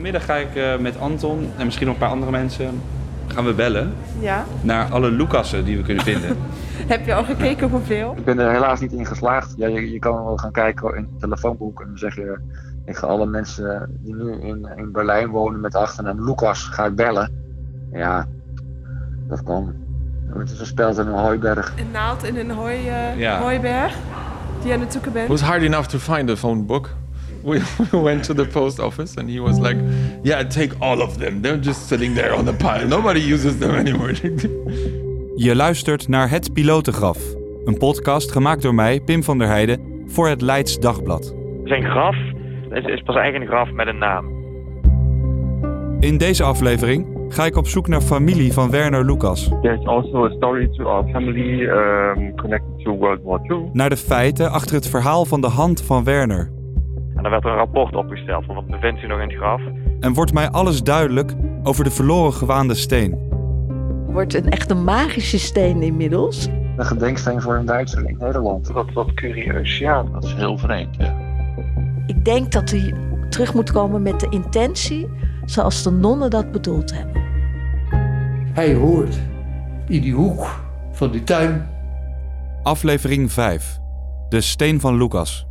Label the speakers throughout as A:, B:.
A: Vanmiddag ga ik met Anton en misschien nog een paar andere mensen gaan we bellen naar alle Lucassen die we kunnen vinden.
B: Heb je al gekeken hoeveel?
C: Ik ben er helaas niet in geslaagd. Ja, je kan wel gaan kijken in het telefoonboek en dan zeg je... Ik ga alle mensen die nu in Berlijn wonen met de achternaam Lucas ga ik bellen. Ja, dat kan. Het is een speld in een hooiberg.
B: Een naald in een hooiberg die je aan het zoeken bent.
D: It was hard enough to find the phone book. We went to the post office and he was like, yeah, take all of them. They're just sitting there on the pile. Nobody uses them anymore.
E: Je luistert naar Het Pilotengraf. Een podcast gemaakt door mij, Pim van der Heijden, voor het Leids Dagblad.
F: Zijn graf is pas eigenlijk een graf met een naam.
E: In deze aflevering ga ik op zoek naar familie van Werner Lucas.
G: There's also a story to our family connected to World War II.
E: Naar de feiten achter het verhaal van de hand van Werner.
F: En daar werd een rapport opgesteld van wat bevindt zich nog in het graf.
E: En wordt mij alles duidelijk over de verloren gewaande steen.
H: Wordt een echte magische steen inmiddels.
C: Een gedenksteen voor een Duitser in Nederland.
I: Wat curieus, ja. Dat is heel vreemd, ja.
H: Ik denk dat hij terug moet komen met de intentie zoals de nonnen dat bedoeld hebben.
J: Hij hoort in die hoek van die tuin.
E: Aflevering 5. De steen van Lucas.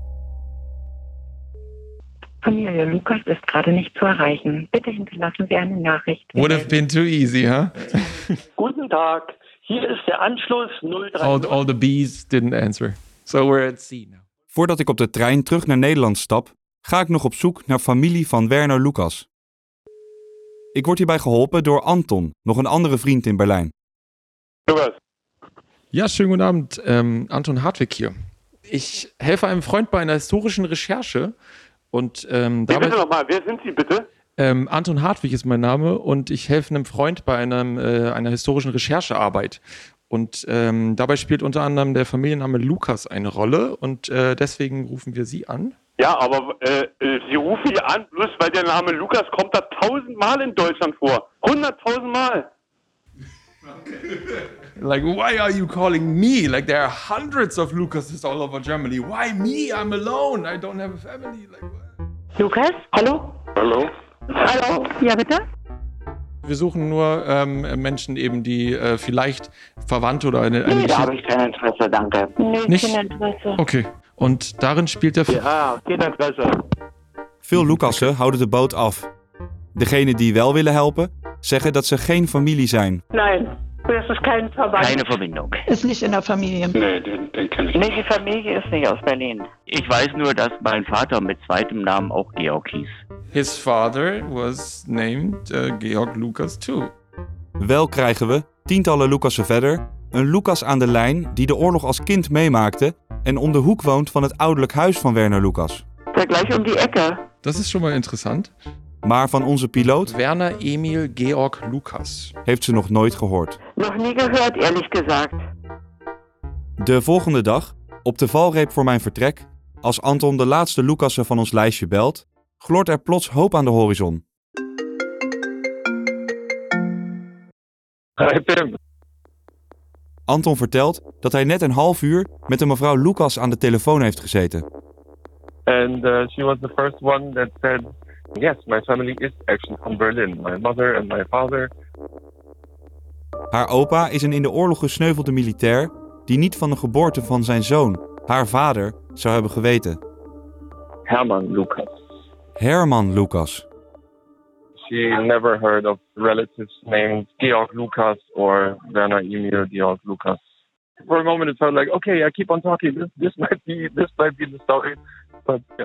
K: Familie Lucas ist gerade nicht zu erreichen. Bitte hinterlassen Sie eine Nachricht.
D: Would have been too easy, huh?
I: Guten Tag, hier ist der Anschluss 030.
D: All the B's didn't answer. So we're at sea now.
E: Voordat ik op de trein terug naar Nederland stap, ga ik nog op zoek naar familie van Werner Lucas. Ik word hierbij geholpen door Anton, nog een andere vriend in Berlijn.
G: Lucas.
D: Ja, schönen guten Abend. Anton Hartwig hier. Ich helfe einem Freund bei einer historischen Recherche. Und
G: Bitte nochmal, wer sind Sie bitte?
D: Anton Hartwig ist mein Name und ich helfe einem Freund bei einer historischen Recherchearbeit. Und dabei spielt unter anderem der Familienname Lucas eine Rolle und deswegen rufen wir Sie an.
G: Ja, aber Sie rufen hier an, bloß weil der Name Lucas kommt da 1000 Mal in Deutschland vor. 100.000 Mal.
D: Like, why are you calling me? Like, there are hundreds of Lucases all over Germany. Why me? I'm alone. I don't have a family. Like,
K: Lucas, hallo?
G: Hallo?
K: Hallo? Ja, bitte?
D: wir suchen nur Menschen eben, die vielleicht Verwandte oder eine
K: Nee, da habe ich kein Interesse, danke. Nee,
D: Nicht?
K: kein Interesse.
D: Okay. Und darin spielt der...
G: Ja, kein Interesse.
E: Veel Lucassen houden de boot af. Degenen die wel willen helpen, zeggen dat ze geen familie zijn.
K: Nein, das ist kein Verband.
F: Keine Verbindung.
K: Ist nicht in der Familie.
G: Nee, den kenn ich
F: Nee, die Familie ist nicht aus Berlin. Ich weiß nur, dass mein Vater mit zweitem Namen auch Georg hieß.
D: His father was named Georg Lucas too.
E: Wel krijgen we, tientallen Lucassen verder, een Lucas aan de lijn die de oorlog als kind meemaakte en om de hoek woont van het ouderlijk huis van Werner Lucas.
K: Da gleich um die Ecke.
D: Das ist schon mal interessant.
E: Maar van onze piloot
D: Werner Emil Georg Lucas.
E: heeft ze nog nooit gehoord.
K: Noch nie gehört, ehrlich gesagt.
E: De volgende dag, op de valreep voor mijn vertrek, als Anton de laatste Lucassen van ons lijstje belt, gloort er plots hoop aan de horizon.
G: Hey Pim.
E: Anton vertelt dat hij net een half uur met een mevrouw Lucas aan de telefoon heeft gezeten.
G: And she was the first one that said, yes, my family is actually from Berlin. My mother and my father.
E: Haar opa is een in de oorlog gesneuvelde militair die niet van de geboorte van zijn zoon, haar vader, zou hebben geweten.
G: Hermann Lucas.
E: Hermann Lucas.
G: She never heard of relatives named Georg Lucas or Werner Emil Georg Lucas. For a moment it felt like, okay, I keep on talking. This might be the story. But yeah.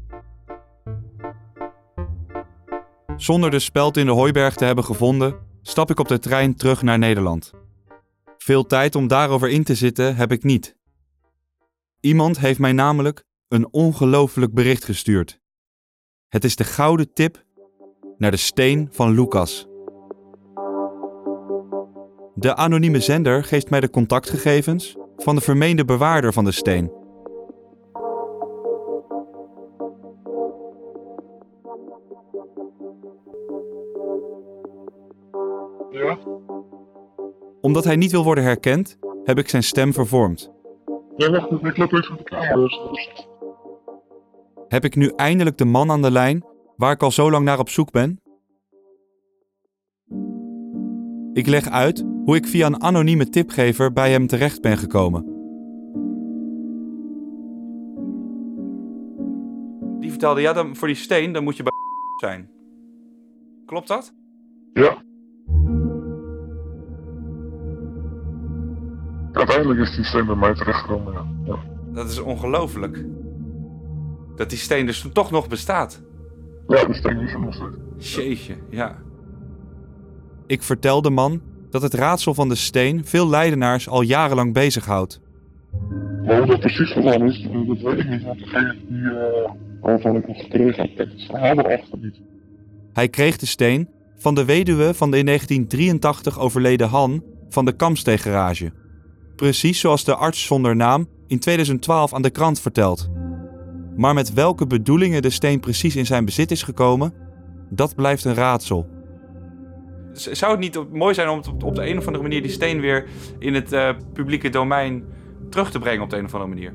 E: Zonder de speld in de hooiberg te hebben gevonden, stap ik op de trein terug naar Nederland. Veel tijd om daarover in te zitten heb ik niet. Iemand heeft mij namelijk een ongelooflijk bericht gestuurd. Het is de gouden tip naar de steen van Lucas. De anonieme zender geeft mij de contactgegevens van de vermeende bewaarder van de steen.
G: Ja?
E: Omdat hij niet wil worden herkend, heb ik zijn stem vervormd.
G: Ja, wacht even, ik loop even op de kamer.
E: Heb ik nu eindelijk de man aan de lijn waar ik al zo lang naar op zoek ben? Ik leg uit hoe ik via een anonieme tipgever bij hem terecht ben gekomen.
A: Die vertelde, ja, dan voor die steen, dan moet je bij zijn. Klopt dat?
L: Ja. Uiteindelijk is die steen bij mij terechtgekomen, ja.
A: Dat is ongelooflijk. Dat die steen dus toch nog bestaat.
L: Ja, de steen is er nog steeds.
A: Jeetje, ja.
E: Ik vertel de man dat het raadsel van de steen veel Leidenaars al jarenlang bezighoudt.
L: Maar hoe dat precies gedaan is, dat weet ik niet. Want degene waarvan ik het gekregen heb, het verhaal erachter niet.
E: Hij kreeg de steen van de weduwe van de in 1983 overleden Han van de Kamsteeggarage. Precies zoals de arts zonder naam in 2012 aan de krant vertelt. Maar met welke bedoelingen de steen precies in zijn bezit is gekomen, dat blijft een raadsel.
A: Zou het niet mooi zijn om op de een of andere manier die steen weer in het publieke domein terug te brengen op de een of andere manier?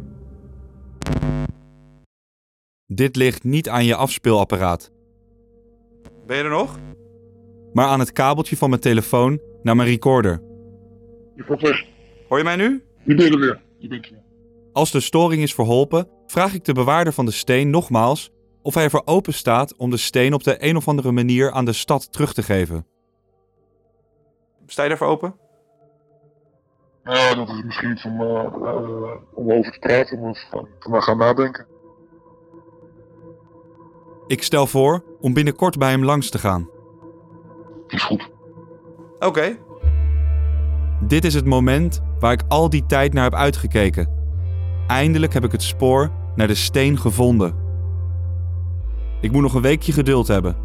E: Dit ligt niet aan je afspeelapparaat.
A: Ben je er nog?
E: Maar aan het kabeltje van mijn telefoon naar mijn recorder.
L: Je valt weg.
A: Hoor je mij nu?
L: Je bent er weer. Je bent er weer.
E: Als de storing is verholpen, vraag ik de bewaarder van de steen nogmaals of hij ervoor open staat om de steen op de een of andere manier aan de stad terug te geven.
A: Sta je daarvoor open?
L: Ja, dat is misschien iets om over te praten, maar gaan nadenken.
E: Ik stel voor om binnenkort bij hem langs te gaan.
L: Is goed.
A: Oké.
E: Dit is het moment waar ik al die tijd naar heb uitgekeken. Eindelijk heb ik het spoor naar de steen gevonden. Ik moet nog een weekje geduld hebben.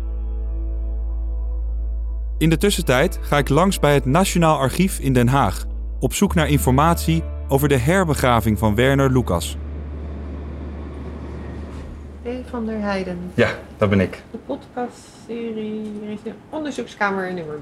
E: In de tussentijd ga ik langs bij het Nationaal Archief in Den Haag, op zoek naar informatie over de herbegraving van Werner Lucas.
M: Van der Heijden.
A: Ja, dat ben ik.
M: De podcastserie, hier is de onderzoekskamer nummer B.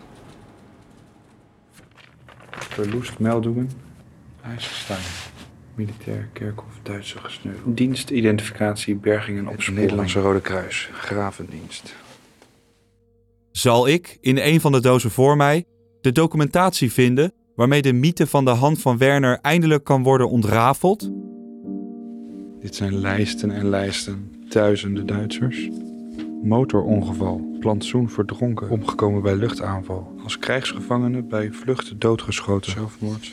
A: Verloest Meldoemen. IJsselstein. Militair kerkhof, Duitse gesneuveld. Dienstidentificatie, berging en opsporing. Nederlandse Rode Kruis. Gravendienst.
E: Zal ik, in een van de dozen voor mij, de documentatie vinden waarmee de mythe van de hand van Werner eindelijk kan worden ontrafeld?
A: Dit zijn lijsten en lijsten. Duizenden Duitsers. Motorongeval. Plantsoen verdronken. Omgekomen bij luchtaanval. Als krijgsgevangene bij vlucht doodgeschoten. Zelfmoord.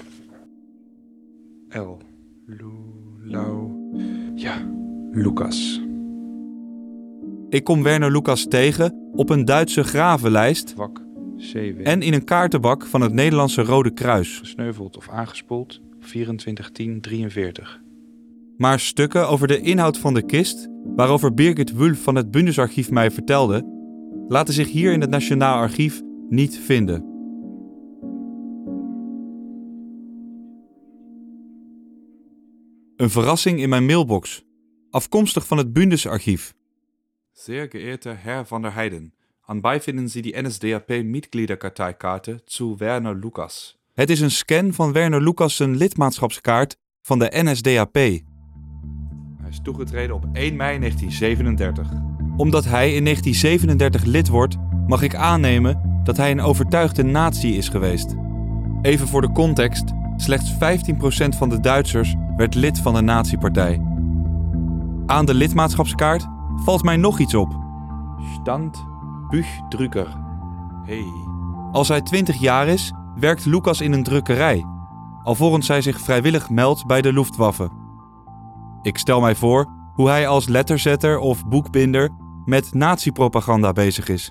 A: L. Lau. Ja, Lucas.
E: Ik kom Werner Lucas tegen op een Duitse gravenlijst
A: Wak. CW.
E: en in een kaartenbak van het Nederlandse Rode Kruis.
A: Gesneuveld of aangespoeld. 24/10/43.
E: Maar stukken over de inhoud van de kist, waarover Birgit Wulff van het Bundesarchief mij vertelde, laten zich hier in het Nationaal Archief niet vinden. Een verrassing in mijn mailbox, afkomstig van het Bundesarchief. Sehr geehrter Herr van der Heijden, anbei vinden Sie die NSDAP-Mitgliederkarteikarte zu Werner Lucas. Het is een scan van Werner Lucas' lidmaatschapskaart van de NSDAP. Hij is toegetreden op 1 mei 1937. Omdat hij in 1937 lid wordt, mag ik aannemen dat hij een overtuigde nazi is geweest. Even voor de context, slechts 15% van de Duitsers werd lid van de nazi-partij. Aan de lidmaatschapskaart valt mij nog iets op. Stand Buchdrucker. Hey. Als hij 20 jaar is, werkt Lucas in een drukkerij, alvorens hij zich vrijwillig meldt bij de Luftwaffe. Ik stel mij voor hoe hij als letterzetter of boekbinder met nazi-propaganda bezig is.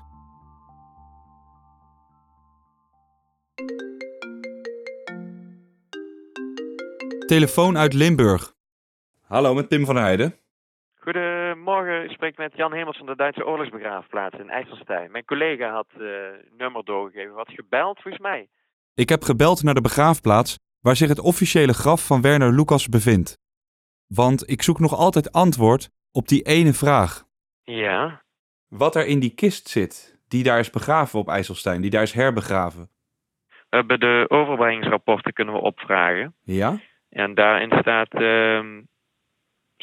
E: Telefoon uit Limburg.
A: Hallo, met Pim van der Heijden.
N: Goedemorgen, ik spreek met Jan Hemels van de Duitse oorlogsbegraafplaats in IJsselstein. Mijn collega had nummer doorgegeven. Wat gebeld, volgens mij.
E: Ik heb gebeld naar de begraafplaats waar zich het officiële graf van Werner Lucas bevindt. Want ik zoek nog altijd antwoord op die ene vraag.
N: Ja?
A: Wat er in die kist zit, die daar is begraven op IJsselstein, die daar is herbegraven.
N: We hebben de overbrengingsrapporten kunnen we opvragen.
A: Ja?
N: En daarin staat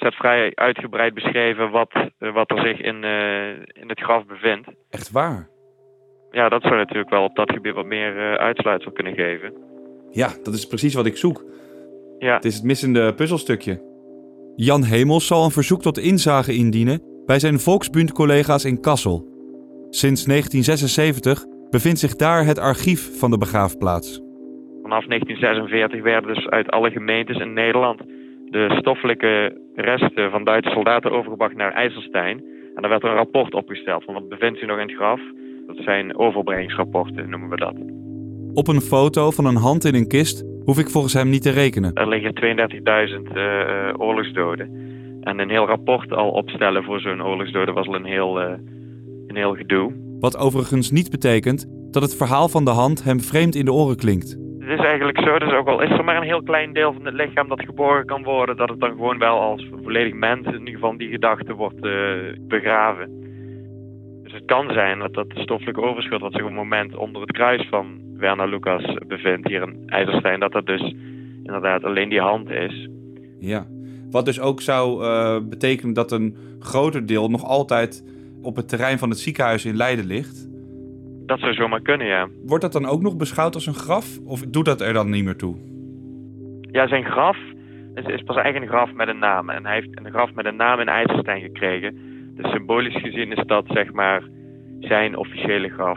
N: staat vrij uitgebreid beschreven wat er zich in het graf bevindt.
A: Echt waar?
N: Ja, dat zou natuurlijk wel op dat gebied wat meer uitsluitsel kunnen geven.
A: Ja, dat is precies wat ik zoek.
N: Ja.
A: Het is het missende puzzelstukje. Jan Hemels zal een verzoek tot inzage indienen bij zijn Volksbund-collega's in Kassel. Sinds 1976 bevindt zich daar het archief van de begraafplaats.
N: Vanaf 1946 werden dus uit alle gemeentes in Nederland de stoffelijke resten van Duitse soldaten overgebracht naar IJsselstein. En daar werd een rapport opgesteld van wat bevindt u nog in het graf. Dat zijn overbrengingsrapporten, noemen we dat.
E: Op een foto van een hand in een kist hoef ik volgens hem niet te rekenen.
N: Er liggen 32.000 oorlogsdoden. En een heel rapport al opstellen voor zo'n oorlogsdode was al een heel gedoe.
E: Wat overigens niet betekent dat het verhaal van de hand hem vreemd in de oren klinkt.
N: Het is eigenlijk zo, dus ook al is er maar een heel klein deel van het lichaam dat geborgen kan worden, dat het dan gewoon wel als volledig mens, in ieder geval die gedachte, wordt begraven. Dus het kan zijn dat dat stoffelijke overschot wat zich op het moment onder het kruis van Werner Lucas bevindt hier in IJsselstein, dat dat dus inderdaad alleen die hand is.
A: Ja, wat dus ook zou betekenen dat een groter deel nog altijd op het terrein van het ziekenhuis in Leiden ligt.
N: Dat zou zomaar kunnen, ja.
A: Wordt dat dan ook nog beschouwd als een graf? Of doet dat er dan niet meer toe?
N: Ja, zijn graf is pas eigenlijk een graf met een naam. En hij heeft een graf met een naam in IJsselstein gekregen. Dus symbolisch gezien is dat, zeg maar, zijn officiële graf.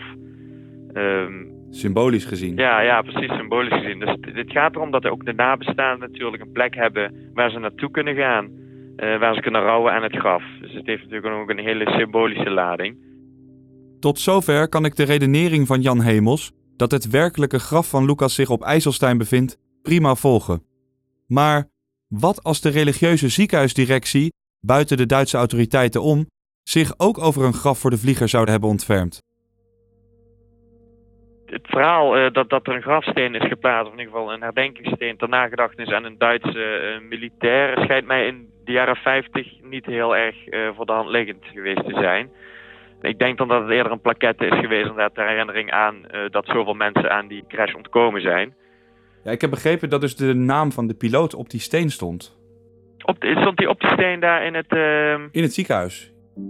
A: Symbolisch gezien?
N: Ja, precies, symbolisch gezien. Dus het gaat erom dat ook de nabestaanden natuurlijk een plek hebben waar ze naartoe kunnen gaan. Waar ze kunnen rouwen aan het graf. Dus het heeft natuurlijk ook een hele symbolische lading.
E: Tot zover kan ik de redenering van Jan Hemels, dat het werkelijke graf van Lucas zich op IJsselstein bevindt, prima volgen. Maar wat als de religieuze ziekenhuisdirectie, buiten de Duitse autoriteiten om, zich ook over een graf voor de vlieger zouden hebben ontfermd?
N: Het verhaal dat er een grafsteen is geplaatst, of in ieder geval een herdenkingssteen ter nagedachtenis aan een Duitse militair, schijnt mij in de jaren 50 niet heel erg voor de hand liggend geweest te zijn. Ik denk dan dat het eerder een plaquette is geweest, inderdaad ter herinnering aan dat zoveel mensen aan die crash ontkomen zijn.
A: Ja, ik heb begrepen dat dus de naam van de piloot op die steen stond.
N: Stond die op die steen daar in het...
A: In het ziekenhuis.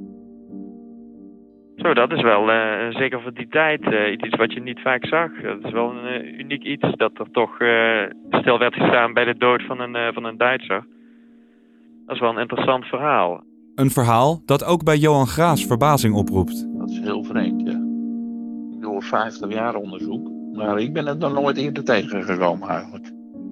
N: Zo, dat is wel, zeker voor die tijd, iets wat je niet vaak zag. Dat is wel een uniek iets, dat er toch stil werd gestaan bij de dood van een Duitser. Dat is wel een interessant verhaal.
E: Een verhaal dat ook bij Johan Graas verbazing oproept.
O: Dat is heel vreemd, ja. Ik doe al 50 jaar onderzoek, maar ik ben het nog nooit eerder tegengekomen eigenlijk.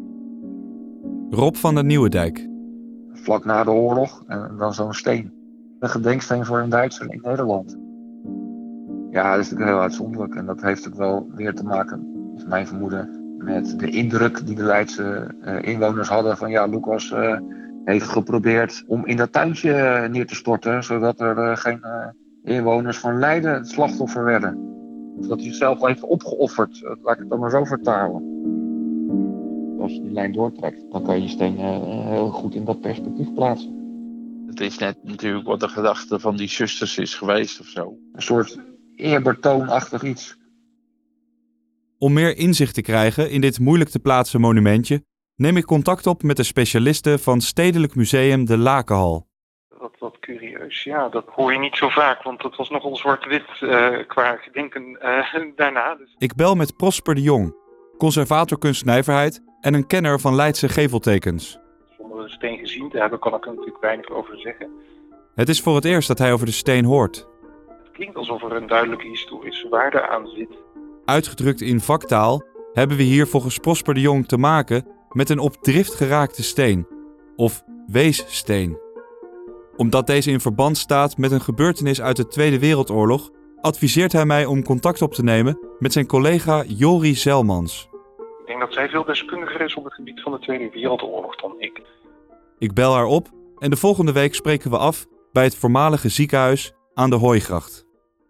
E: Rob van der Nieuwendijk.
C: Vlak na de oorlog en dan zo'n steen. Een gedenksteen voor een Duitser in Nederland. Ja, dat is natuurlijk heel uitzonderlijk. En dat heeft ook wel weer te maken, is mijn vermoeden, met de indruk die de Leidse inwoners hadden van ja, Lucas heeft geprobeerd om in dat tuintje neer te storten, zodat er geen inwoners van Leiden het slachtoffer werden. Zodat hij zichzelf heeft opgeofferd. Laat ik het dan maar zo vertalen. Als je die lijn doortrekt, dan kan je steen heel goed in dat perspectief plaatsen.
O: Het is net natuurlijk wat de gedachte van die zusters is geweest of zo.
C: Een soort eerbetoonachtig iets.
E: Om meer inzicht te krijgen in dit moeilijk te plaatsen monumentje, neem ik contact op met de specialisten van Stedelijk Museum de Lakenhal.
P: Wat curieus, ja, dat hoor je niet zo vaak, want het was nogal zwart-wit qua gedenken daarna. Dus.
E: Ik bel met Prosper de Jong, conservator kunstnijverheid en een kenner van Leidse geveltekens.
P: Zonder een steen gezien te hebben, kan ik er natuurlijk weinig over zeggen.
E: Het is voor het eerst dat hij over de steen hoort.
P: Het klinkt alsof er een duidelijke historische waarde aan zit.
E: Uitgedrukt in vaktaal hebben we hier volgens Prosper de Jong te maken met een op drift geraakte steen, of weessteen. Omdat deze in verband staat met een gebeurtenis uit de Tweede Wereldoorlog, adviseert hij mij om contact op te nemen met zijn collega Jori Zelmans.
P: Ik denk dat zij veel deskundiger is op het gebied van de Tweede Wereldoorlog dan ik.
E: Ik bel haar op en de volgende week spreken we af bij het voormalige ziekenhuis aan de Hooigracht.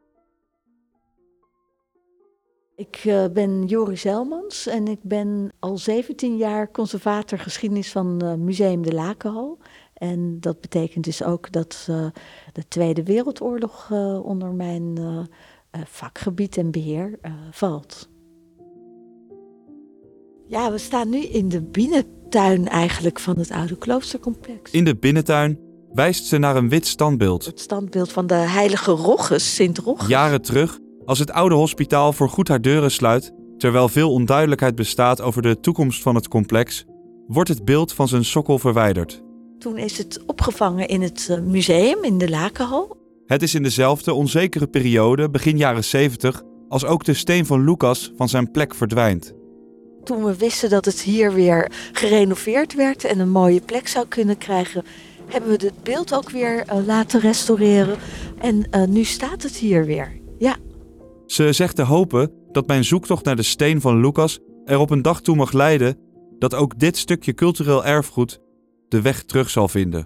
H: Ik ben Jori Zelmans en ik ben al 17 jaar conservator geschiedenis van Museum de Lakenhal. En dat betekent dus ook dat de Tweede Wereldoorlog onder mijn vakgebied en beheer valt. Ja, we staan nu in de binnentuin eigenlijk van het oude kloostercomplex.
A: In de binnentuin wijst ze naar een wit standbeeld.
H: Het standbeeld van de heilige Rogges, Sint Rogges.
A: Jaren terug, als het oude hospitaal voorgoed haar deuren sluit, terwijl veel onduidelijkheid bestaat over de toekomst van het complex, wordt het beeld van zijn sokkel verwijderd.
H: Toen is het opgevangen in het museum in de Lakenhal.
A: Het is in dezelfde onzekere periode, begin jaren 70, als ook de steen van Lucas van zijn plek verdwijnt.
H: Toen we wisten dat het hier weer gerenoveerd werd en een mooie plek zou kunnen krijgen, hebben we het beeld ook weer laten restaureren. En nu staat het hier weer. Ja.
A: Ze zegt te hopen dat mijn zoektocht naar de steen van Lucas er op een dag toe mag leiden dat ook dit stukje cultureel erfgoed de weg terug zal vinden.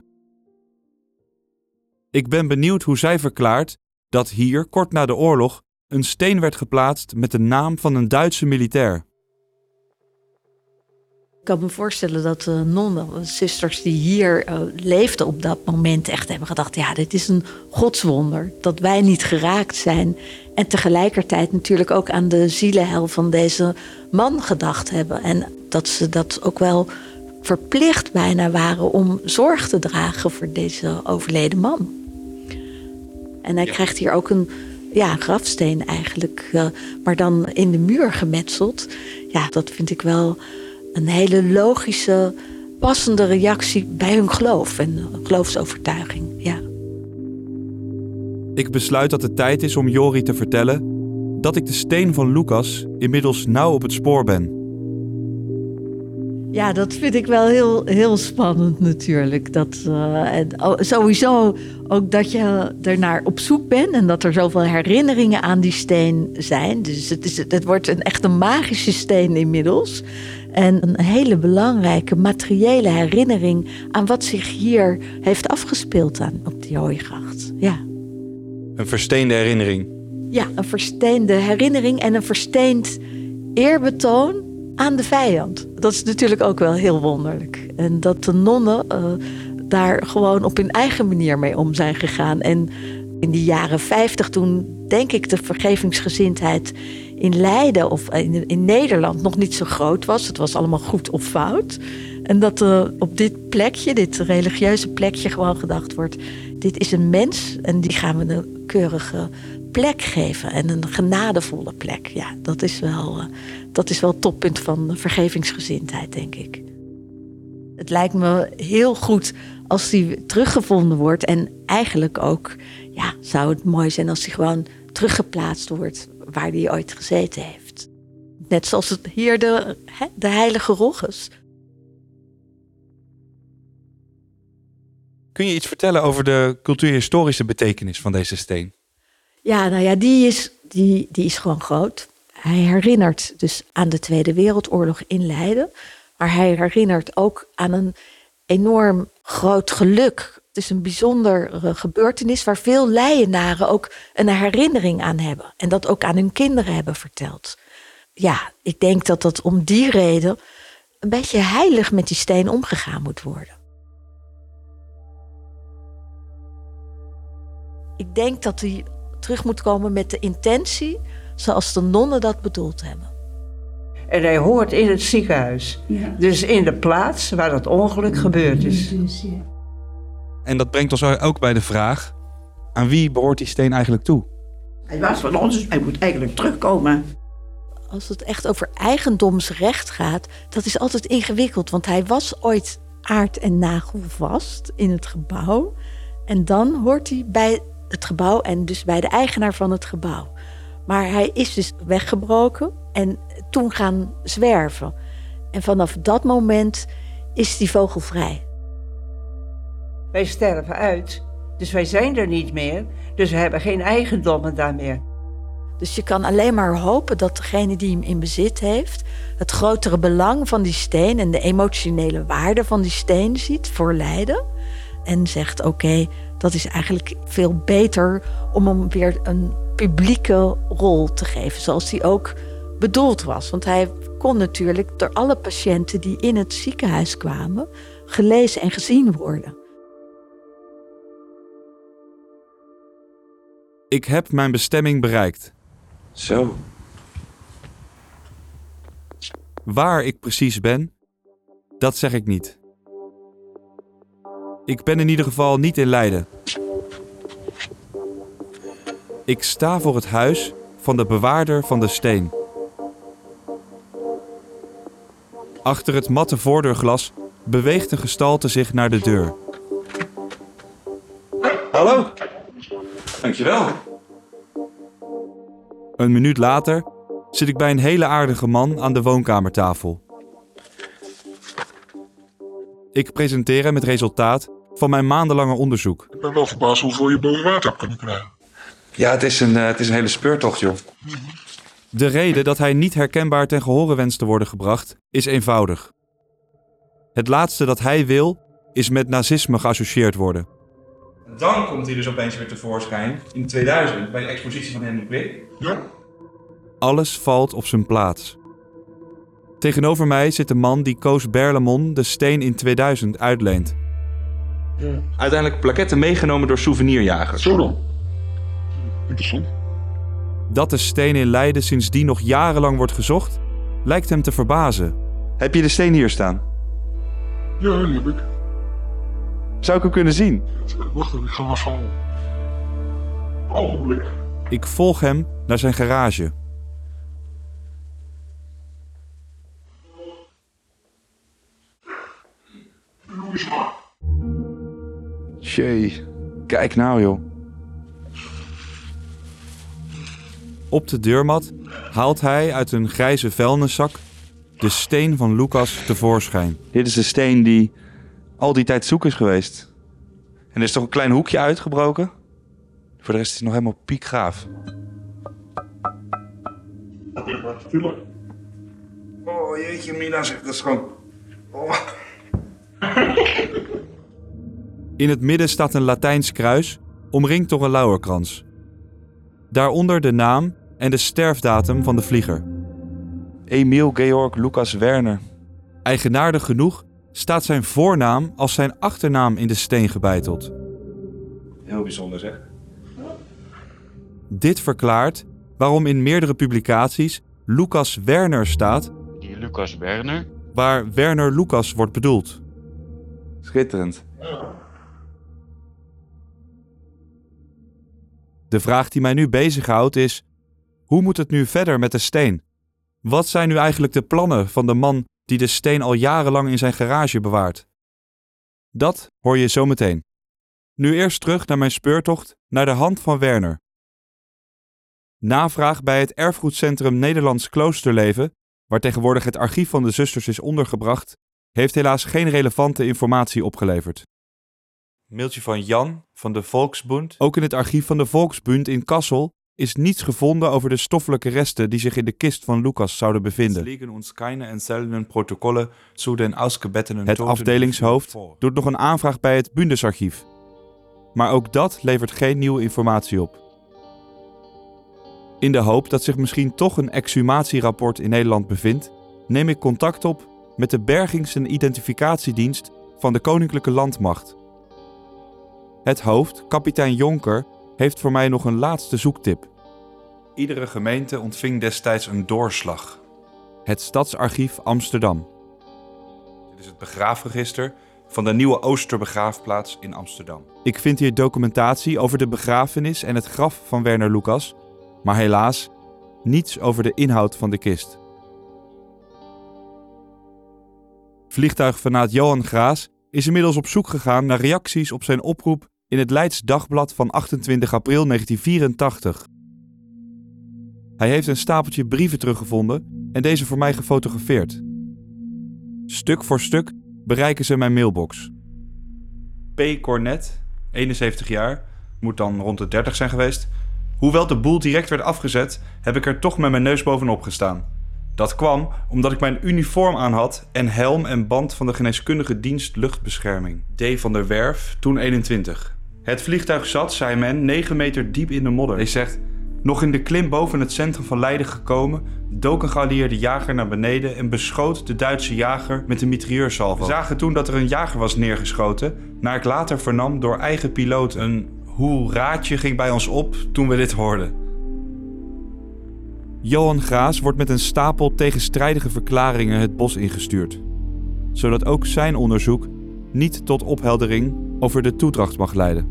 A: Ik ben benieuwd hoe zij verklaart dat hier, kort na de oorlog, een steen werd geplaatst met de naam van een Duitse militair.
H: Ik kan me voorstellen dat de nonnen, zusters die hier leefden op dat moment, echt hebben gedacht, ja, dit is een godswonder dat wij niet geraakt zijn. En tegelijkertijd natuurlijk ook aan de zielenhel van deze man gedacht hebben. En dat ze dat ook wel verplicht bijna waren om zorg te dragen voor deze overleden man. En hij krijgt hier ook een grafsteen eigenlijk, maar dan in de muur gemetseld. Ja, dat vind ik wel een hele logische, passende reactie bij hun geloof en geloofsovertuiging. Ja.
A: Ik besluit dat het tijd is om Jori te vertellen dat ik de steen van Lucas inmiddels nauw op het spoor ben.
H: Ja, dat vind ik wel heel spannend natuurlijk. Sowieso ook dat je ernaar op zoek bent en dat er zoveel herinneringen aan die steen zijn. Dus het wordt echt een magische steen inmiddels. En een hele belangrijke materiële herinnering aan wat zich hier heeft afgespeeld op die Hooigracht. Ja.
A: Een versteende herinnering.
H: Ja, een versteende herinnering en een versteend eerbetoon aan de vijand. Dat is natuurlijk ook wel heel wonderlijk. En dat de nonnen daar gewoon op hun eigen manier mee om zijn gegaan. En in die jaren 50, toen denk ik de vergevingsgezindheid in Leiden of in Nederland nog niet zo groot was. Het was allemaal goed of fout. En dat op dit plekje, dit religieuze plekje, gewoon gedacht wordt, dit is een mens en die gaan we een keurige plek geven. En een genadevolle plek. Ja, dat is wel het toppunt van vergevingsgezindheid, denk ik. Het lijkt me heel goed als die teruggevonden wordt. En eigenlijk ook, ja, zou het mooi zijn als die gewoon teruggeplaatst wordt waar die ooit gezeten heeft. Net zoals het hier de heilige Rogges.
A: Kun je iets vertellen over de cultuurhistorische betekenis van deze steen?
H: Ja, nou ja, die is gewoon groot. Hij herinnert dus aan de Tweede Wereldoorlog in Leiden. Maar hij herinnert ook aan een enorm groot geluk. Het is een bijzondere gebeurtenis waar veel Leidenaren ook een herinnering aan hebben. En dat ook aan hun kinderen hebben verteld. Ja, ik denk dat om die reden een beetje heilig met die steen omgegaan moet worden. Ik denk dat hij terug moet komen met de intentie zoals de nonnen dat bedoeld hebben.
Q: En hij hoort in het ziekenhuis. Ja. Dus in de plaats waar het ongeluk gebeurd is.
A: En dat brengt ons ook bij de vraag, aan wie behoort die steen eigenlijk toe?
Q: Hij was van ons, dus hij moet eigenlijk terugkomen.
H: Als het echt over eigendomsrecht gaat, dat is altijd ingewikkeld. Want hij was ooit aard en nagel vast in het gebouw. En dan hoort hij bij het gebouw en dus bij de eigenaar van het gebouw. Maar hij is dus weggebroken en toen gaan zwerven. En vanaf dat moment is die vogel vrij.
Q: Wij sterven uit, dus wij zijn er niet meer. Dus we hebben geen eigendommen daar meer.
H: Dus je kan alleen maar hopen dat degene die hem in bezit heeft het grotere belang van die steen en de emotionele waarde van die steen ziet voor Leiden. En zegt oké, dat is eigenlijk veel beter om hem weer een publieke rol te geven. Zoals die ook bedoeld was. Want hij kon natuurlijk door alle patiënten die in het ziekenhuis kwamen gelezen en gezien worden.
A: Ik heb mijn bestemming bereikt.
E: Zo.
A: Waar ik precies ben, Dat zeg ik niet. Ik ben in ieder geval niet in Leiden. Ik sta voor het huis van de bewaarder van de steen. Achter het matte voordeurglas beweegt een gestalte zich naar de deur.
E: Hallo. Dankjewel.
A: Een minuut later zit ik bij een hele aardige man aan de woonkamertafel. Ik presenteer hem het resultaat van mijn maandenlange onderzoek.
L: Ik ben wel verbaasd hoeveel je boven water hebt kunnen krijgen.
E: Ja, het is een hele speurtocht, joh.
A: De reden dat hij niet herkenbaar ten gehore wenst te worden gebracht is eenvoudig. Het laatste dat hij wil is met nazisme geassocieerd worden.
E: Dan komt hij dus opeens weer tevoorschijn in 2000 bij de expositie van Henry Blik.
L: Ja.
A: Alles valt op zijn plaats. Tegenover mij zit de man die Koos Berlemon de steen in 2000 uitleent.
L: Ja.
E: Uiteindelijk plaketten meegenomen door souvenirjagers.
L: Zo dan. Interessant.
A: Dat de steen in Leiden sindsdien nog jarenlang wordt gezocht, lijkt hem te verbazen.
E: Heb je de steen hier staan?
L: Ja, die heb ik.
E: Zou ik hem kunnen zien?
L: Wacht even, ik ga maar van. Ogenblik.
A: Ik volg hem naar zijn garage.
E: Jee, kijk nou joh.
A: Op de deurmat haalt hij uit een grijze vuilniszak de steen van Lucas tevoorschijn.
E: Dit is de steen die al die tijd zoek is geweest. En er is toch een klein hoekje uitgebroken? Voor de rest is het nog helemaal piekgaaf. Oh jeetje, Mina zegt dat is gewoon... Oh.
A: In het midden staat een Latijns kruis, omringd door een lauwerkrans. Daaronder de naam en de sterfdatum van de vlieger.
E: Emil Georg Lucas Werner.
A: Eigenaardig genoeg staat zijn voornaam als zijn achternaam in de steen gebeiteld.
E: Heel bijzonder zeg.
A: Dit verklaart waarom in meerdere publicaties Lucas Werner staat,
F: Die Lucas Werner.
A: waar Werner Lucas wordt bedoeld.
E: Schitterend.
A: De vraag die mij nu bezighoudt is: hoe moet het nu verder met de steen? Wat zijn nu eigenlijk de plannen van de man die de steen al jarenlang in zijn garage bewaart? Dat hoor je zo meteen. Nu eerst terug naar mijn speurtocht naar de hand van Werner. Navraag bij het Erfgoedcentrum Nederlands Kloosterleven, waar tegenwoordig het archief van de zusters is ondergebracht, heeft helaas geen relevante informatie opgeleverd. Mailtje van Jan van de Volksbund. Ook in het archief van de Volksbund in Kassel is niets gevonden over de stoffelijke resten die zich in de kist van Lucas zouden bevinden. Het afdelingshoofd doet nog een aanvraag bij het Bundesarchief. Maar ook dat levert geen nieuwe informatie op. In de hoop dat zich misschien toch een exhumatierapport in Nederland bevindt, neem ik contact op met de Bergings- en Identificatiedienst van de Koninklijke Landmacht. Het hoofd, kapitein Jonker, heeft voor mij nog een laatste zoektip.
E: Iedere gemeente ontving destijds een doorslag.
A: Het Stadsarchief Amsterdam.
E: Dit is het begraafregister van de Nieuwe Oosterbegraafplaats in Amsterdam.
A: Ik vind hier documentatie over de begrafenis en het graf van Werner Lucas, maar helaas niets over de inhoud van de kist. Vliegtuigfanaat Johan Graas is inmiddels op zoek gegaan naar reacties op zijn oproep in het Leids Dagblad van 28 april 1984. Hij heeft een stapeltje brieven teruggevonden en deze voor mij gefotografeerd. Stuk voor stuk bereiken ze mijn mailbox.
E: P. Cornet, 71 jaar, moet dan rond de 30 zijn geweest. Hoewel de boel direct werd afgezet, heb ik er toch met mijn neus bovenop gestaan. Dat kwam omdat ik mijn uniform aan had en helm en band van de geneeskundige dienst luchtbescherming. D. van der Werf, toen 21. Het vliegtuig zat, zei men, 9 meter diep in de modder. Hij zegt, nog in de klim boven het centrum van Leiden gekomen, dook een geallieerde jager naar beneden en beschoot de Duitse jager met een mitrailleursalvo. We zagen toen dat er een jager was neergeschoten, naar ik later vernam door eigen piloot. Een hoeraatje ging bij ons op toen we dit hoorden.
A: Johan Graas wordt met een stapel tegenstrijdige verklaringen het bos ingestuurd. zodat ook zijn onderzoek niet tot opheldering over de toedracht mag leiden.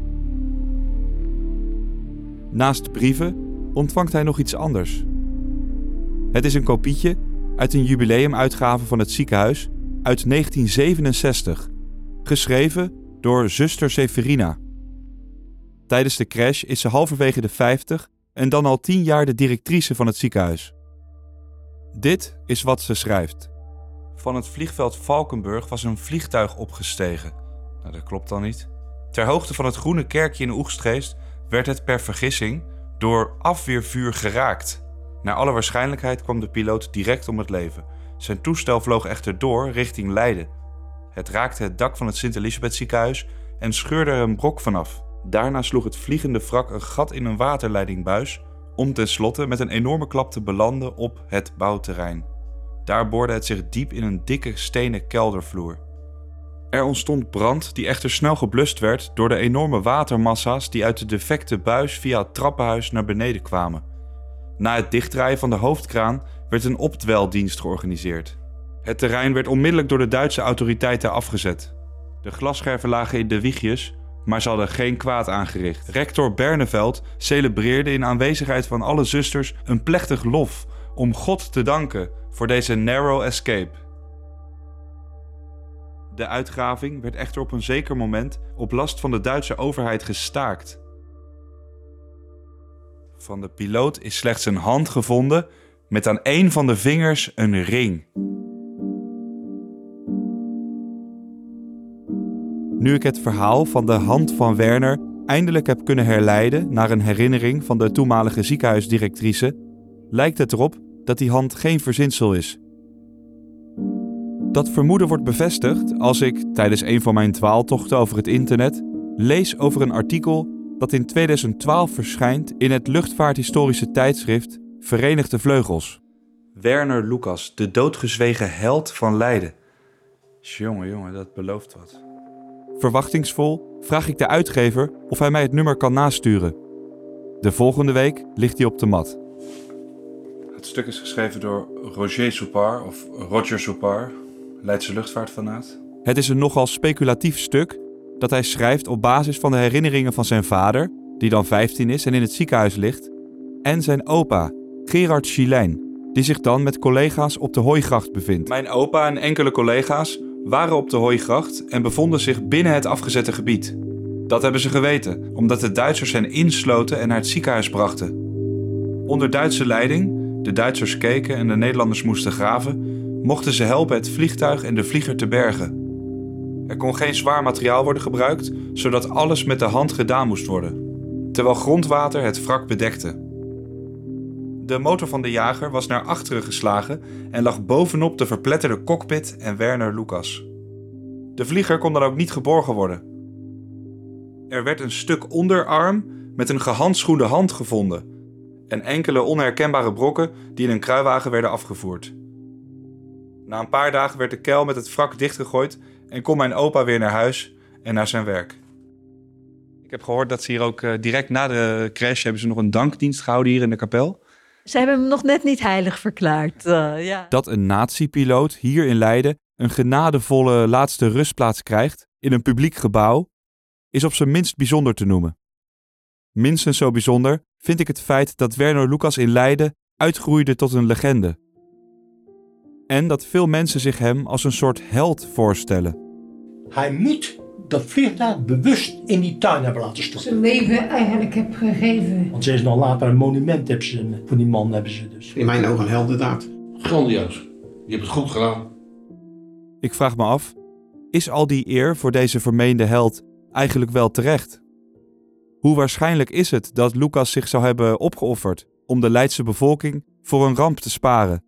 A: Naast brieven ontvangt hij nog iets anders. Het is een kopietje uit een jubileumuitgave van het ziekenhuis uit 1967, geschreven door zuster Severina. Tijdens de crash is ze halverwege de 50 en dan al 10 jaar de directrice van het ziekenhuis. Dit is wat ze schrijft. Van het vliegveld Valkenburg was een vliegtuig opgestegen. Nou, dat klopt dan niet. Ter hoogte van het groene kerkje in Oegstgeest werd het per vergissing door afweervuur geraakt. Naar alle waarschijnlijkheid kwam de piloot direct om het leven. Zijn toestel vloog echter door richting Leiden. Het raakte het dak van het Sint-Elisabeth ziekenhuis en scheurde er een brok vanaf. Daarna sloeg het vliegende wrak een gat in een waterleidingbuis om tenslotte met een enorme klap te belanden op het bouwterrein. Daar boorde het zich diep in een dikke stenen keldervloer. Er ontstond brand die echter snel geblust werd door de enorme watermassa's die uit de defecte buis via het trappenhuis naar beneden kwamen. Na het dichtdraaien van de hoofdkraan werd een opdweldienst georganiseerd. Het terrein werd onmiddellijk door de Duitse autoriteiten afgezet. De glasscherven lagen in de wiegjes, maar ze hadden geen kwaad aangericht. Rector Berneveld celebreerde in aanwezigheid van alle zusters een plechtig lof om God te danken voor deze narrow escape. De uitgraving werd echter op een zeker moment op last van de Duitse overheid gestaakt. Van de piloot is slechts een hand gevonden met aan één van de vingers een ring. Nu ik het verhaal van de hand van Werner eindelijk heb kunnen herleiden naar een herinnering van de toenmalige ziekenhuisdirectrice, lijkt het erop dat die hand geen verzinsel is. Dat vermoeden wordt bevestigd als ik, tijdens een van mijn dwaaltochten over het internet, lees over een artikel dat in 2012 verschijnt in het luchtvaarthistorische tijdschrift Verenigde Vleugels. Werner Lucas, de doodgezwegen held van Leiden. Jongen, dat belooft wat. Verwachtingsvol vraag ik de uitgever of hij mij het nummer kan nasturen. De volgende week ligt hij op de mat. Het stuk is geschreven door Roger Soupard, Leidse luchtvaartfanaat. Het is een nogal speculatief stuk dat hij schrijft op basis van de herinneringen van zijn vader, die dan 15 is en in het ziekenhuis ligt, en zijn opa, Gerard Schilijn, die zich dan met collega's op de Hooigracht bevindt. Mijn opa en enkele collega's waren op de Hooigracht en bevonden zich binnen het afgezette gebied. Dat hebben ze geweten, omdat de Duitsers hen insloten en naar het ziekenhuis brachten. Onder Duitse leiding, de Duitsers keken en de Nederlanders moesten graven, mochten ze helpen het vliegtuig en de vlieger te bergen. Er kon geen zwaar materiaal worden gebruikt, zodat alles met de hand gedaan moest worden, terwijl grondwater het wrak bedekte. De motor van de jager was naar achteren geslagen en lag bovenop de verpletterde cockpit en Werner Lucas. De vlieger kon dan ook niet geborgen worden. Er werd een stuk onderarm met een gehandschoende hand gevonden en enkele onherkenbare brokken die in een kruiwagen werden afgevoerd. Na een paar dagen werd de kuil met het wrak dichtgegooid en kon mijn opa weer naar huis en naar zijn werk. Ik heb gehoord dat ze hier ook direct na de crash hebben ze nog een dankdienst gehouden hier in de kapel.
H: Ze hebben hem nog net niet heilig verklaard. Ja.
A: Dat een nazi-piloot hier in Leiden een genadevolle laatste rustplaats krijgt in een publiek gebouw, is op zijn minst bijzonder te noemen. Minstens zo bijzonder vind ik het feit dat Werner Lucas in Leiden uitgroeide tot een legende. En dat veel mensen zich hem als een soort held voorstellen.
J: Hij moet dat vliegtuig bewust in die tuin hebben laten stoppen.
R: Zijn leven eigenlijk heb gegeven.
J: Want ze is nog later een monument hebben ze, voor die man hebben ze dus.
S: In mijn ogen een heldendaad.
T: Grandioos. Je hebt het goed gedaan.
A: Ik vraag me af, is al die eer voor deze vermeende held eigenlijk wel terecht? Hoe waarschijnlijk is het dat Lucas zich zou hebben opgeofferd om de Leidse bevolking voor een ramp te sparen?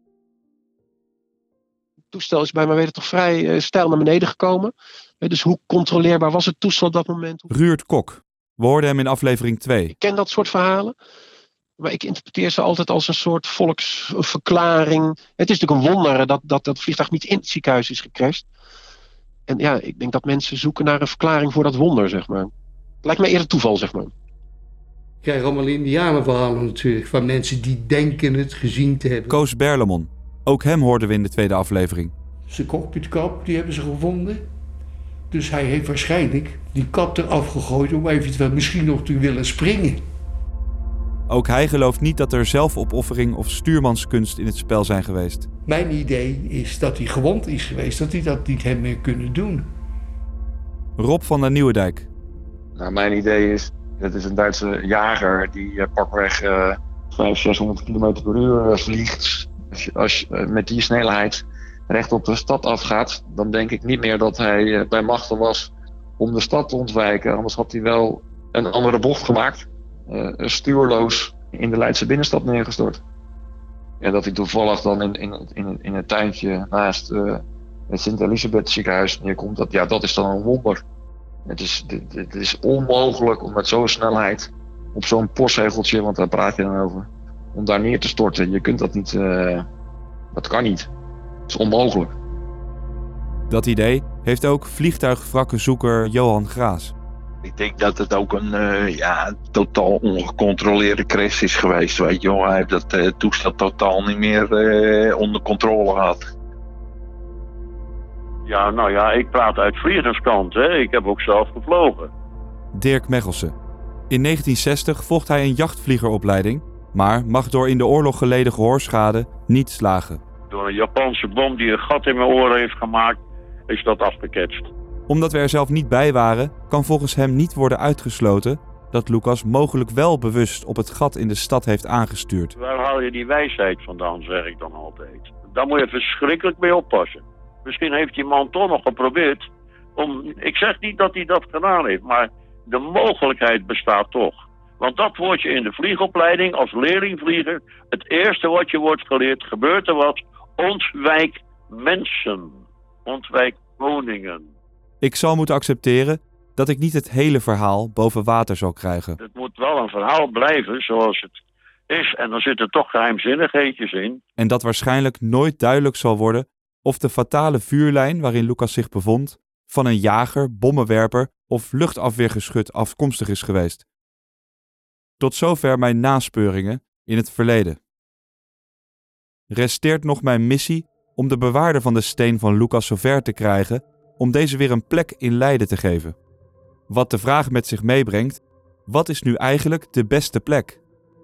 S: Het toestel is bij mijn weten toch vrij steil naar beneden gekomen. Dus hoe controleerbaar was het toestel op dat moment?
A: Ruurt Kok. We hoorden hem in aflevering 2.
S: Ik ken dat soort verhalen. Maar ik interpreteer ze altijd als een soort volksverklaring. Het is natuurlijk een wonder dat vliegtuig niet in het ziekenhuis is gecrashed. En ja, ik denk dat mensen zoeken naar een verklaring voor dat wonder, zeg maar. Het lijkt mij eerder toeval, zeg maar.
J: Je krijgt allemaal indianenverhalen natuurlijk. Van mensen die denken het gezien te hebben.
A: Koos Berlemon. Ook hem hoorden we in de tweede aflevering.
J: Zijn cockpitkap, die hebben ze gevonden. Dus hij heeft waarschijnlijk die kap eraf gegooid om eventueel misschien nog te willen springen.
A: Ook hij gelooft niet dat er zelfopoffering of stuurmanskunst in het spel zijn geweest.
J: Mijn idee is dat hij gewond is geweest, dat hij dat niet heeft meer kunnen doen.
A: Rob van der Nieuwendijk.
C: Nou, mijn idee is, het is een Duitse jager die pakweg 500-600 km per uur vliegt. Als je met die snelheid recht op de stad afgaat, dan denk ik niet meer dat hij bij machten was om de stad te ontwijken. Anders had hij wel een andere bocht gemaakt. Stuurloos in de Leidse binnenstad neergestort. En dat hij toevallig dan in het tuintje naast het Sint-Elisabeth ziekenhuis neerkomt, dat is dan een wonder. Het is onmogelijk om met zo'n snelheid op zo'n postzegeltje, want daar praat je dan over, om daar neer te storten. Je kunt dat niet, dat kan niet. Het is onmogelijk.
A: Dat idee heeft ook vliegtuigwrakkenzoeker Johan Graas.
O: Ik denk dat het ook een totaal ongecontroleerde crash is geweest. Weet je wel. Hij heeft dat toestel totaal niet meer onder controle gehad.
U: Ja, nou ja, ik praat uit vliegerskant. Hè. Ik heb ook zelf gevlogen.
A: Dirk Mechelsen. In 1960 volgt hij een jachtvliegeropleiding, maar mag door in de oorlog geleden gehoorschade niet slagen.
U: Door een Japanse bom die een gat in mijn oren heeft gemaakt, is dat afgeketst.
A: Omdat we er zelf niet bij waren, kan volgens hem niet worden uitgesloten dat Lucas mogelijk wel bewust op het gat in de stad heeft aangestuurd.
U: Waar haal je die wijsheid vandaan, zeg ik dan altijd. Daar moet je verschrikkelijk mee oppassen. Misschien heeft die man toch nog geprobeerd om... Ik zeg niet dat hij dat gedaan heeft, maar de mogelijkheid bestaat toch. Want dat wordt je in de vliegopleiding als leerlingvlieger. Het eerste wat je wordt geleerd, gebeurt er wat. Ontwijk mensen. Ontwijk woningen.
A: Ik zal moeten accepteren dat ik niet het hele verhaal boven water zal krijgen.
U: Het moet wel een verhaal blijven zoals het is. En dan zitten toch geheimzinnigheidjes in.
A: En dat waarschijnlijk nooit duidelijk zal worden of de fatale vuurlijn waarin Lucas zich bevond van een jager, bommenwerper of luchtafweergeschut afkomstig is geweest. Tot zover mijn naspeuringen in het verleden. Resteert nog mijn missie om de bewaarder van de steen van Lucas zover te krijgen om deze weer een plek in Leiden te geven. Wat de vraag met zich meebrengt, wat is nu eigenlijk de beste plek?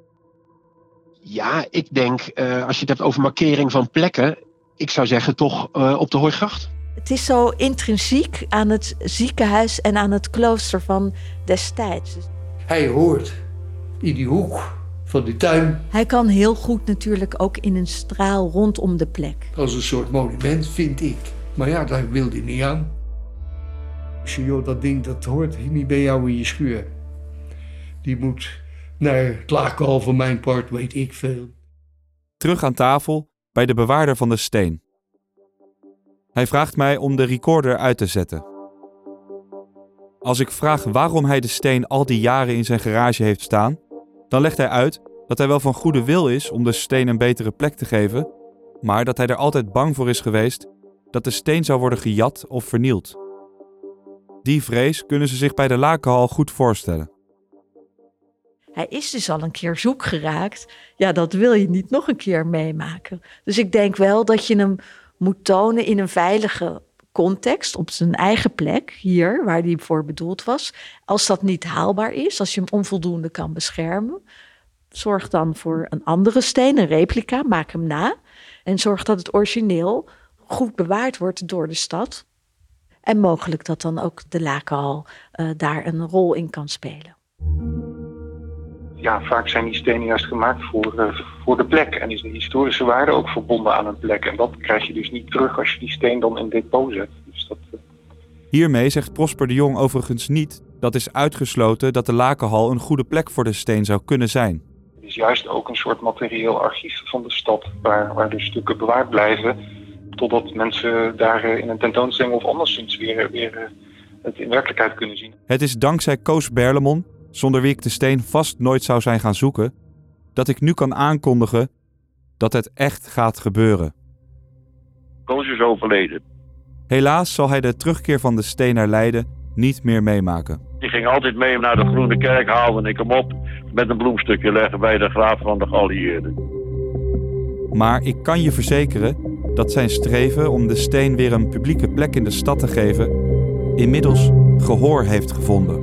S: Ja, ik denk, als je het hebt over markering van plekken, ik zou zeggen toch op de Hooigracht.
H: Het is zo intrinsiek aan het ziekenhuis en aan het klooster van destijds.
J: Hij hoort in die hoek van die tuin.
H: Hij kan heel goed natuurlijk ook in een straal rondom de plek.
J: Als een soort monument, vind ik. Maar ja, daar wil hij niet aan. Joh, dat ding dat hoort niet bij jou in je schuur. Die moet naar het laakhal van mijn part, weet ik veel.
A: Terug aan tafel bij de bewaarder van de steen. Hij vraagt mij om de recorder uit te zetten. Als ik vraag waarom hij de steen al die jaren in zijn garage heeft staan, dan legt hij uit dat hij wel van goede wil is om de steen een betere plek te geven, maar dat hij er altijd bang voor is geweest dat de steen zou worden gejat of vernield. Die vrees kunnen ze zich bij de Lakenhal goed voorstellen.
H: Hij is dus al een keer zoek geraakt. Ja, dat wil je niet nog een keer meemaken. Dus ik denk wel dat je hem moet tonen in een veilige context, op zijn eigen plek, hier, waar hij voor bedoeld was. Als dat niet haalbaar is, als je hem onvoldoende kan beschermen, zorg dan voor een andere steen, een replica, maak hem na. En zorg dat het origineel goed bewaard wordt door de stad. En mogelijk dat dan ook de Lakenhal daar een rol in kan spelen.
P: Ja, vaak zijn die stenen juist gemaakt voor de plek. En is de historische waarde ook verbonden aan een plek. En dat krijg je dus niet terug als je die steen dan in depot zet. Dus dat,
A: Hiermee zegt Prosper de Jong overigens niet dat is uitgesloten dat de Lakenhal een goede plek voor de steen zou kunnen zijn.
P: Het is juist ook een soort materieel archief van de stad, waar de stukken bewaard blijven, totdat mensen daar in een tentoonstelling of anderszins weer het in werkelijkheid kunnen zien.
A: Het is dankzij Koos Berlemon, zonder wie ik de steen vast nooit zou zijn gaan zoeken, dat ik nu kan aankondigen dat het echt gaat gebeuren.
U: Koos is overleden.
A: Helaas zal hij de terugkeer van de steen naar Leiden niet meer meemaken.
U: Die ging altijd mee naar de Groene Kerk, haalde ik hem op met een bloemstukje leggen bij de graaf van de geallieerden.
A: Maar ik kan je verzekeren dat zijn streven om de steen weer een publieke plek in de stad te geven, inmiddels gehoor heeft gevonden.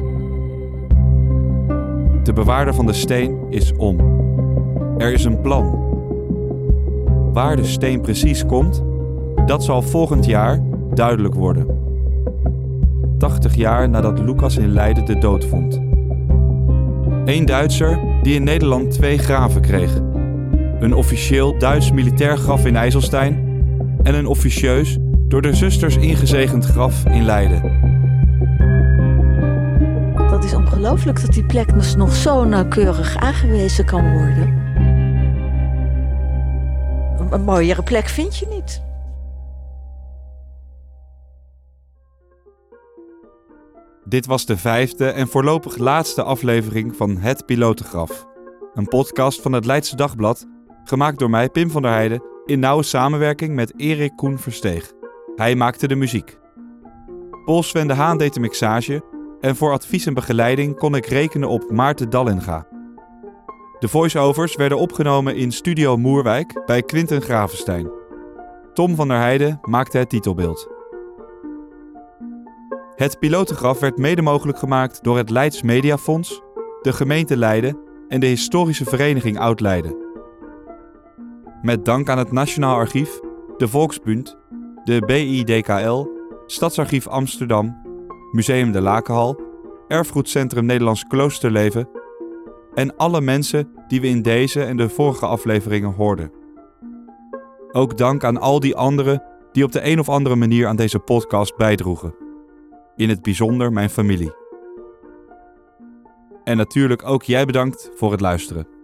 A: De bewaarder van de steen is om. Er is een plan. Waar de steen precies komt, dat zal volgend jaar duidelijk worden. 80 jaar nadat Lucas in Leiden de dood vond. Eén Duitser die in Nederland 2 graven kreeg. Een officieel Duits militair graf in IJsselstein en een officieus door de zusters ingezegend graf in Leiden.
H: Dat is ongelooflijk dat die plek nog zo nauwkeurig aangewezen kan worden. Een mooiere plek vind je niet.
A: Dit was de 5e en voorlopig laatste aflevering van Het Pilotengraf. Een podcast van het Leidse Dagblad, gemaakt door mij, Pim van der Heijden, in nauwe samenwerking met Erik Koen Versteeg. Hij maakte de muziek. Paul Sven de Haan deed de mixage en voor advies en begeleiding kon ik rekenen op Maarten Dallinga. De voice-overs werden opgenomen in Studio Moerwijk bij Quinten Gravenstein. Tom van der Heijden maakte het titelbeeld. Het Pilotengraf werd mede mogelijk gemaakt door het Leids Mediafonds, de gemeente Leiden en de historische vereniging Oud-Leiden. Met dank aan het Nationaal Archief, de Volksbund, de BIDKL, Stadsarchief Amsterdam, Museum de Lakenhal, Erfgoedcentrum Nederlands Kloosterleven en alle mensen die we in deze en de vorige afleveringen hoorden. Ook dank aan al die anderen die op de een of andere manier aan deze podcast bijdroegen. In het bijzonder mijn familie. En natuurlijk ook jij bedankt voor het luisteren.